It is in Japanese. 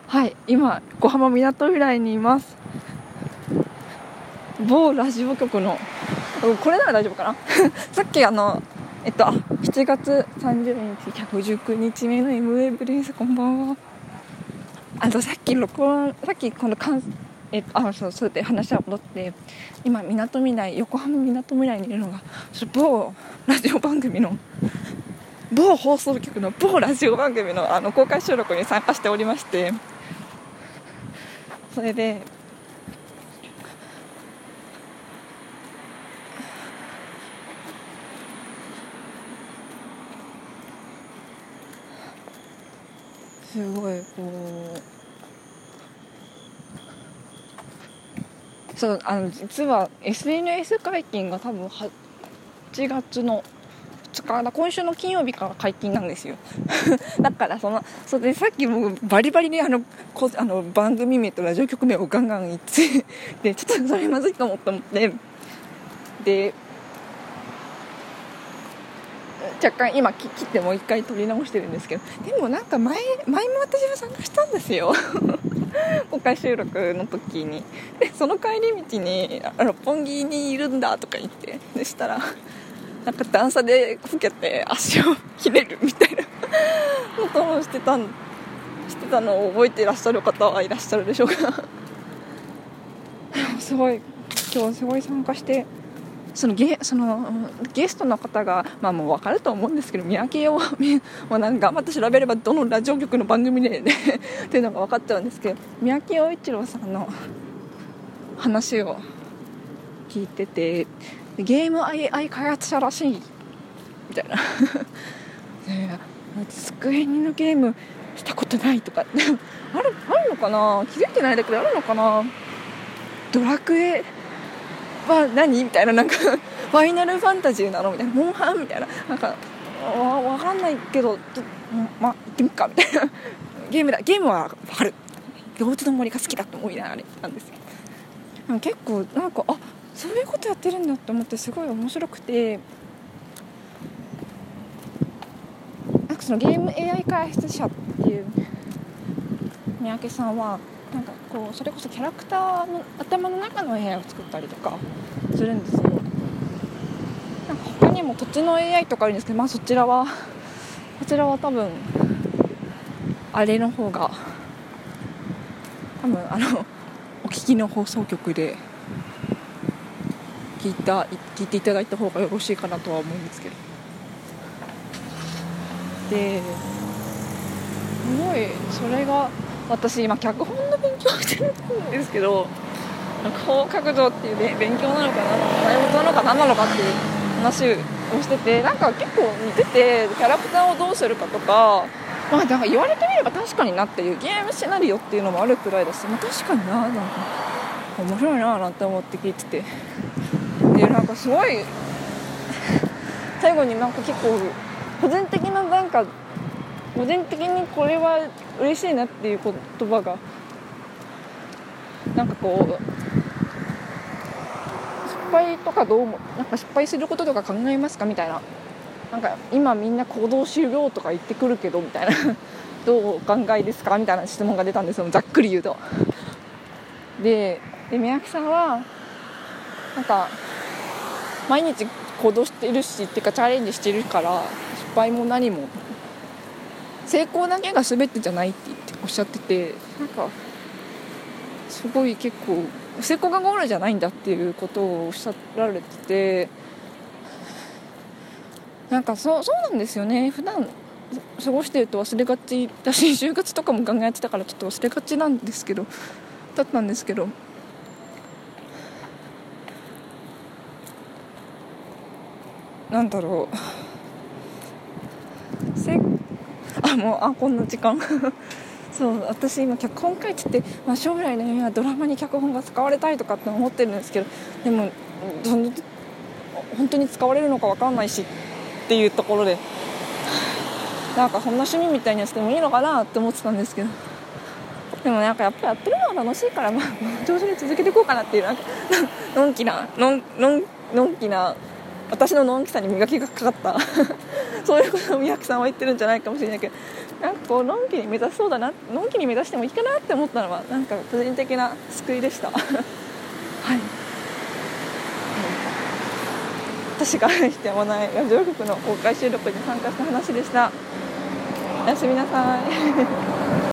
はい、今横浜みなとみらいにいます。某ラジオ局のこれなら大丈夫かなさっき7月30日119日目の MA ブレイス、こんばんは。さっきこのそうで話は戻って、今横浜みなとみらいにいるのが某ラジオ番組の某放送局の某ラジオ番組の公開収録に参加しておりまして、それですごい実は SNS 解禁が多分8月の2日から今週の金曜日から解禁なんですよだからそれでさっきもバリバリに番組名とラジオ局名をガンガン言ってでちょっとそれまずいかもと思って、で若干今切ってもう一回撮り直してるんですけど、でもなんか前も私は参加したんですよ公開収録の時に。でその帰り道に六本木にいるんだとか言って、でしたらなんか段差でこけて足を切れるみたいなことをしてたのを覚えていらっしゃる方はいらっしゃるでしょうか今日すごい参加して、ゲストの方が、もう分かると思うんですけど、三宅を頑張って調べればどのラジオ局の番組でっていうのが分かっちゃうんですけど、三宅陽一郎さんの話を聞いてて、ゲーム AI 開発者らしいみたいな机にのゲームしたことないとかあるのかな、気づいてないだけであるのかな。ドラクエは何みたいな、なんかファイナルファンタジーなのみたいな、モンハンみたいな、なんかわかんないけど行ってみっかみたいなゲームはわかる、動物の森が好きだと思いながらなんですよ。結構なんかそういうことやってるんだって思って、すごい面白くて、なんかそのゲーム AI 開発者っていう三宅さんはなんかそれこそキャラクターの頭の中の AI を作ったりとかするんですよ。なんか他にも土地の AI とかあるんですけど、こちらは多分あれの方が多分お聞きの放送局で聞いていただいた方がよろしいかなとは思うんですけど、ですごいそれが、私今脚本の勉強してるんですけど、放課後っていう勉強なのかな、習い事なのか何なのかっていう話をしてて、なんか結構似てて、キャラクターをどうするかとか、なんか言われてみれば確かになっていう、ゲームシナリオっていうのもあるくらいだし、確かになんか面白いなって思って聞いてて、でなんかすごい最後になんか結構個人的にこれは嬉しいなっていう言葉が、なんか失敗とかなんか失敗することとか考えますかみたいな、なんか今みんな行動終了とか言ってくるけどみたいなどうお考えですかみたいな質問が出たんですよ、ざっくり言うと。で三宅さんはなんか毎日行動してるしっていうかチャレンジしてるから、失敗も何も成功だけが全てじゃないっておっしゃってて、なんかすごい結構成功がゴールじゃないんだっていうことをおっしゃられてて、なんかそうなんですよね。普段過ごしてると忘れがちだし、就活とかもガンガンやってたからちょっと忘れがちだったんですけど、なんだろうこんな時間そう私今脚本書いてて、将来の夢はドラマに脚本が使われたいとかって思ってるんですけど、でも本当に使われるのか分かんないしっていうところで、なんかそんな趣味みたいにしてもいいのかなって思ってたんですけど、でもなんかやっぱりやってるのが楽しいから、上手に続けていこうかなっていう、なんかのんきな私ののんきさに磨きがかかったそういうことを三宅さんは言ってるんじゃないかもしれないけど、 なんかこうのんきに目指そうだな、のんきに目指してもいいかなって思ったのはなんか個人的な救いでしたはい、私が愛してやまないラジオ局の公開収録に参加した話でした。おやすみなさい